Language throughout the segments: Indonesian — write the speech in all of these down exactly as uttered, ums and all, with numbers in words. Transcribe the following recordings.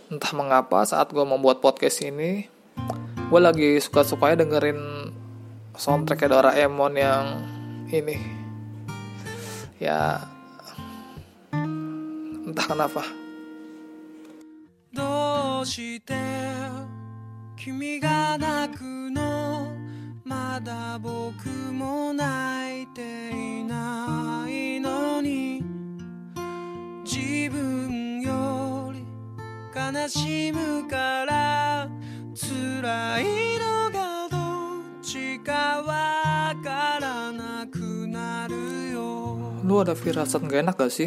Entah mengapa saat gue membuat podcast ini, gue lagi suka-sukanya dengerin soundtrack Doraemon yang ini. Ya, entah kenapa. どうして君が泣くのまだ僕も泣いていないのに自分より悲しむから辛いのがどっちかわからなくなるよ Lu ada firasat gak enak gak sih?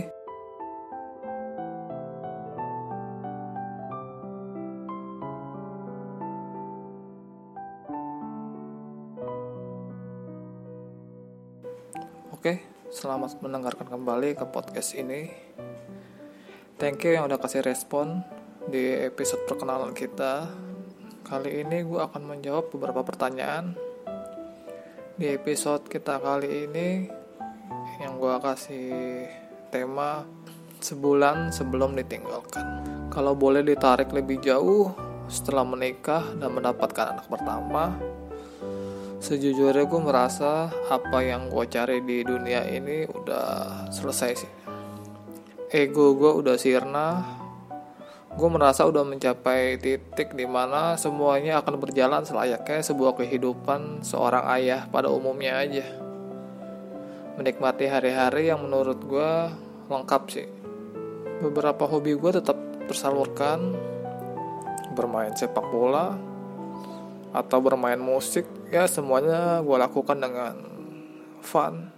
Oke, selamat mendengarkan kembali ke podcast ini. Thank you yang udah kasih respon di episode perkenalan kita. Kali ini gue akan menjawab beberapa pertanyaan. Di episode kita kali ini yang gue kasih tema sebulan sebelum ditinggalkan. Kalau boleh ditarik lebih jauh, setelah menikah dan mendapatkan anak pertama, sejujurnya gue merasa apa yang gue cari di dunia ini udah selesai sih. Ego gue udah sirna. Gue merasa udah mencapai titik dimana semuanya akan berjalan selayaknya sebuah kehidupan seorang ayah pada umumnya aja. Menikmati hari-hari yang menurut gue lengkap sih. Beberapa hobi gue tetap tersalurkan, bermain sepak bola atau bermain musik, ya semuanya gue lakukan dengan fun.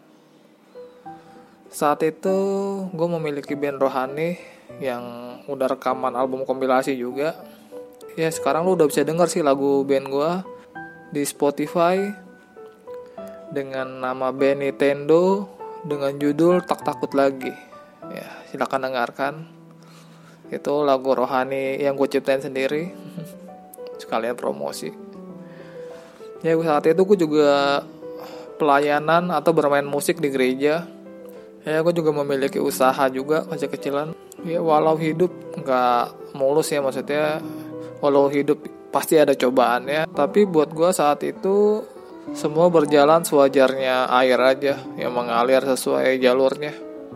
Saat itu gue memiliki band rohani yang udah rekaman album kompilasi juga. Ya sekarang lu udah bisa denger sih lagu band gue di Spotify dengan nama band Nintendo dengan judul Tak Takut Lagi. Ya silakan dengarkan. Itu lagu rohani yang gue ciptain sendiri. Sekalian promosi. Ya saat itu gue juga pelayanan atau bermain musik di gereja. Ya gue juga memiliki usaha juga kecil-kecilan. Ya walau hidup gak mulus ya, maksudnya walau hidup pasti ada cobaannya. Tapi buat gue saat itu semua berjalan sewajarnya air aja, yang mengalir sesuai jalurnya.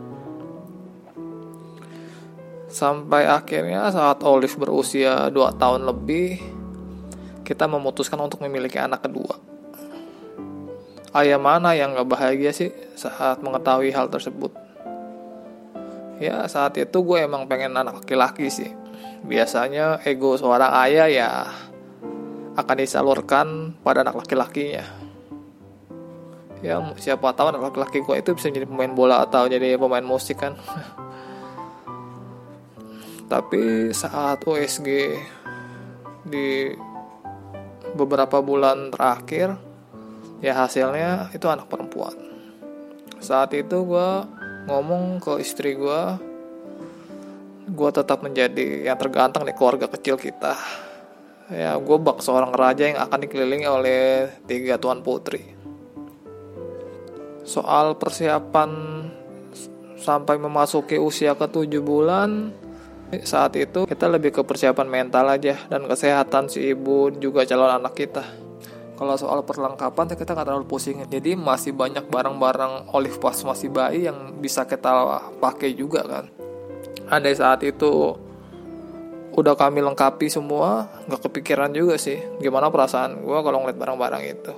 Sampai akhirnya saat Olive berusia dua tahun lebih, kita memutuskan untuk memiliki anak kedua. Ayah mana yang gak bahagia sih saat mengetahui hal tersebut? Ya saat itu gue emang pengen anak laki-laki sih. Biasanya ego seorang ayah ya akan disalurkan pada anak laki-lakinya. Ya siapa tahu anak laki-laki gue itu bisa jadi pemain bola atau jadi pemain musik kan. Tapi saat U S G di beberapa bulan terakhir, ya hasilnya itu anak perempuan. Saat itu gue ngomong ke istri gue, gue tetap menjadi yang terganteng di keluarga kecil kita. Ya gue bak seorang raja yang akan dikelilingi oleh tiga tuan putri. Soal persiapan sampai memasuki usia ketujuh bulan, saat itu kita lebih ke persiapan mental aja dan kesehatan si ibu juga calon anak kita. Kalau soal perlengkapan kita nggak terlalu pusing. Jadi masih banyak barang-barang Olive pas masih bayi yang bisa kita pakai juga kan. Andai saat itu udah kami lengkapi semua, nggak kepikiran juga sih gimana perasaan gue kalau ngeliat barang-barang itu.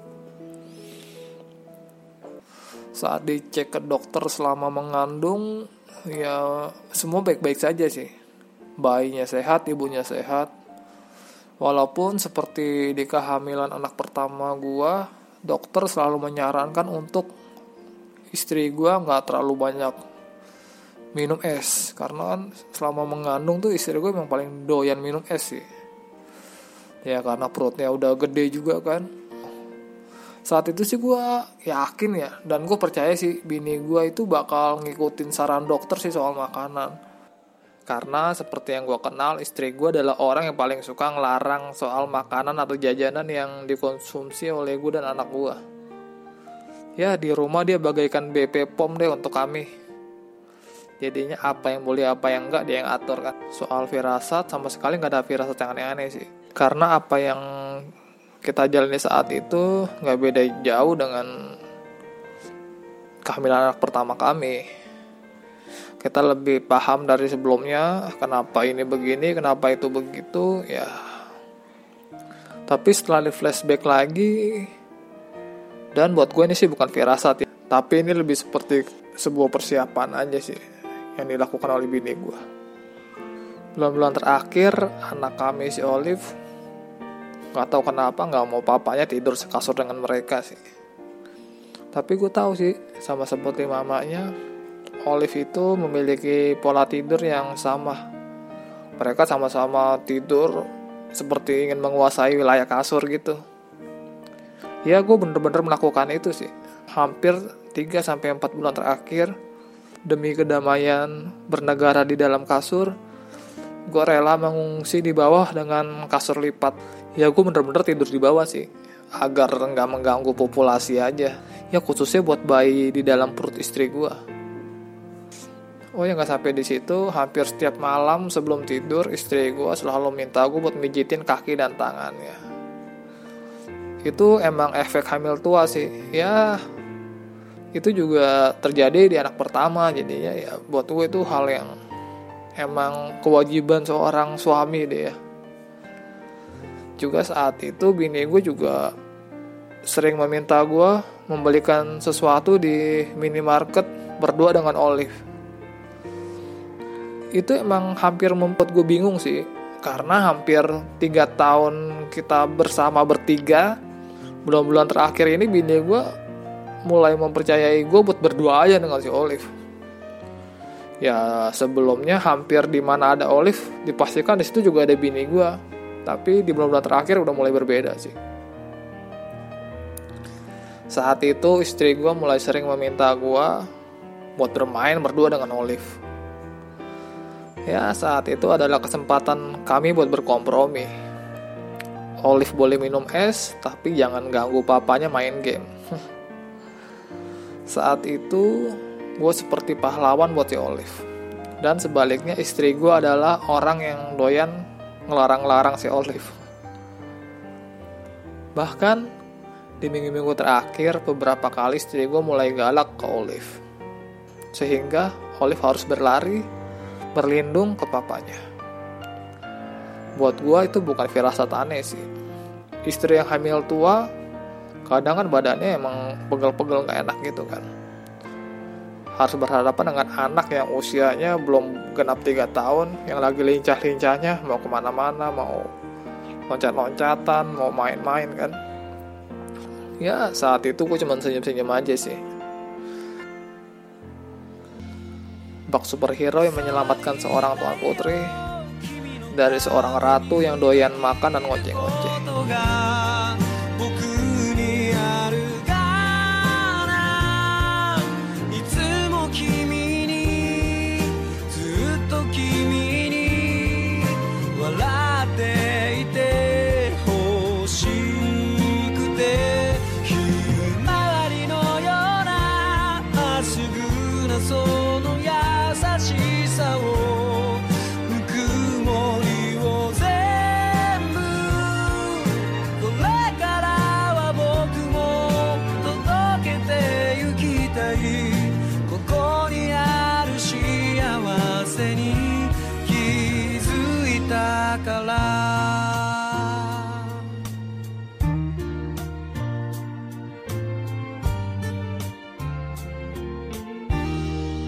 Saat dicek ke dokter selama mengandung, ya semua baik-baik saja sih. Bayinya sehat, ibunya sehat. Walaupun seperti di kehamilan anak pertama gue, dokter selalu menyarankan untuk istri gue gak terlalu banyak minum es. Karena kan selama mengandung tuh istri gue memang paling doyan minum es sih. Ya karena perutnya udah gede juga kan. Saat itu sih gue yakin ya, dan gue percaya sih bini gue itu bakal ngikutin saran dokter sih soal makanan. Karena seperti yang gue kenal, istri gue adalah orang yang paling suka ngelarang soal makanan atau jajanan yang dikonsumsi oleh gue dan anak gue. Ya di rumah dia bagaikan B P P O M deh untuk kami. Jadinya apa yang boleh, apa yang enggak dia yang atur kan. Soal firasat sama sekali nggak ada firasat yang aneh-aneh sih. Karena apa yang kita jalani saat itu nggak beda jauh dengan kehamilan anak pertama kami. Kita lebih paham dari sebelumnya kenapa ini begini, kenapa itu begitu ya. Tapi setelah di flashback lagi, dan buat gue ini sih bukan firasat ya, tapi ini lebih seperti sebuah persiapan aja sih yang dilakukan oleh bini gue. Bulan-bulan terakhir anak kami si Olive nggak tahu kenapa nggak mau papanya tidur sekasur dengan mereka sih. Tapi gue tahu sih, sama seperti mamanya, Olive itu memiliki pola tidur yang sama. Mereka sama-sama tidur seperti ingin menguasai wilayah kasur gitu. Ya gue bener-bener melakukan itu sih. Hampir tiga sampai empat bulan terakhir, demi kedamaian bernegara di dalam kasur, gue rela mengungsi di bawah dengan kasur lipat. Ya gue bener-bener tidur di bawah sih, agar nggak mengganggu populasi aja. Ya khususnya buat bayi di dalam perut istri gue. Oh ya nggak sampai di situ, hampir setiap malam sebelum tidur istri gue selalu minta gue buat mijitin kaki dan tangannya. Itu emang efek hamil tua sih. Ya itu juga terjadi di anak pertama, jadinya ya buat gue itu hal yang emang kewajiban seorang suami deh ya. Juga saat itu bini gue juga sering meminta gue membelikan sesuatu di minimarket berdua dengan Olive. Itu emang hampir membuat gue bingung sih, karena hampir tiga tahun kita bersama bertiga, bulan-bulan terakhir ini bini gue mulai mempercayai gue buat berdua aja dengan si Olive. Ya sebelumnya hampir di mana ada Olive dipastikan di situ juga ada bini gue, tapi di bulan-bulan terakhir udah mulai berbeda sih. Saat itu istri gue mulai sering meminta gue buat bermain berdua dengan Olive. Ya saat itu adalah kesempatan kami buat berkompromi. Olive boleh minum es, tapi jangan ganggu papanya main game. Saat itu gue seperti pahlawan buat si Olive. Dan sebaliknya istri gue adalah orang yang doyan ngelarang-larang si Olive. Bahkan di minggu-minggu terakhir beberapa kali istri gue mulai galak ke Olive, sehingga Olive harus berlari berlindung ke papanya. Buat gue itu bukan firasat aneh sih. Istri yang hamil tua kadang kan badannya emang pegel-pegel gak enak gitu kan. Harus berhadapan dengan anak yang usianya belum genap tiga tahun, yang lagi lincah-lincahnya mau kemana-mana, mau loncat-loncatan, mau main-main kan. Ya saat itu gue cuma senyum-senyum aja sih. Bak superhero yang menyelamatkan seorang tuan putri dari seorang ratu yang doyan makan dan ngoceh-ngoceh. から